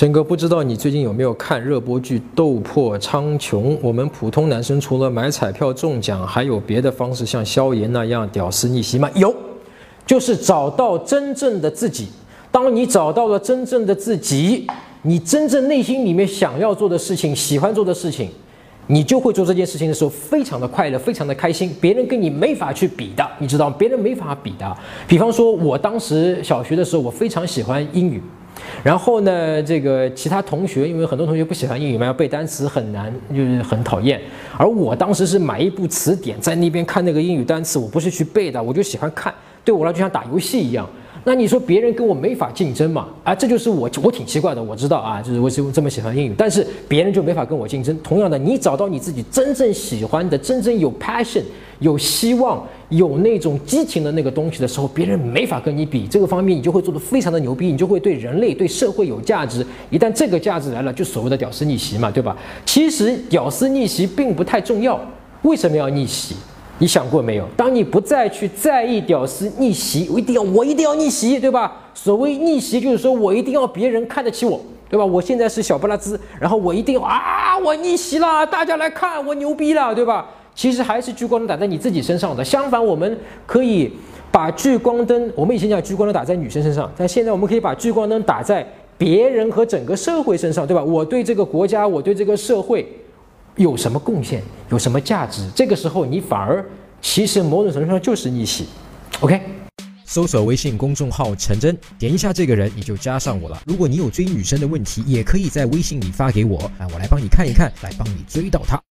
陈哥，不知道你最近有没有看热播剧《斗破苍穹》？我们普通男生除了买彩票中奖，还有别的方式像萧炎那样屌丝逆袭吗？有，就是找到真正的自己。当你找到了真正的自己，你真正内心里面想要做的事情、喜欢做的事情，你就会做这件事情的时候非常的快乐，非常的开心，别人跟你没法去比的，你知道吗？别人没法比的。比方说，我当时小学的时候，我非常喜欢英语。然后呢，这个其他同学，因为很多同学不喜欢英语嘛，要背单词很难，就是很讨厌。而我当时是买一部词典，在那边看那个英语单词，我不是去背的，我就喜欢看，对我来就像打游戏一样。那你说别人跟我没法竞争嘛？啊，这就是我挺奇怪的，我知道啊，就是我这么喜欢英语，但是别人就没法跟我竞争。同样的，你找到你自己真正喜欢的、真正有 passion、有希望、有那种激情的那个东西的时候，别人没法跟你比。这个方面你就会做得非常的牛逼，你就会对人类、对社会有价值。一旦这个价值来了，就所谓的屌丝逆袭嘛，对吧？其实屌丝逆袭并不太重要，为什么要逆袭？你想过没有？当你不再去在意屌丝逆袭，我一定要逆袭，对吧？所谓逆袭就是说我一定要别人看得起我，对吧？我现在是小不拉兹，然后我一定要我逆袭了，大家来看我牛逼了，对吧？其实还是聚光灯打在你自己身上的。相反，我们可以把聚光灯，我们以前讲聚光灯打在女生身上，但现在我们可以把聚光灯打在别人和整个社会身上，对吧？我对这个国家，我对这个社会有什么贡献，有什么价值？这个时候你反而其实某种程度上就是逆袭。OK， 搜索微信公众号陈真，点一下这个人你就加上我了。如果你有追女生的问题，也可以在微信里发给我，我来帮你看一看，来帮你追到她。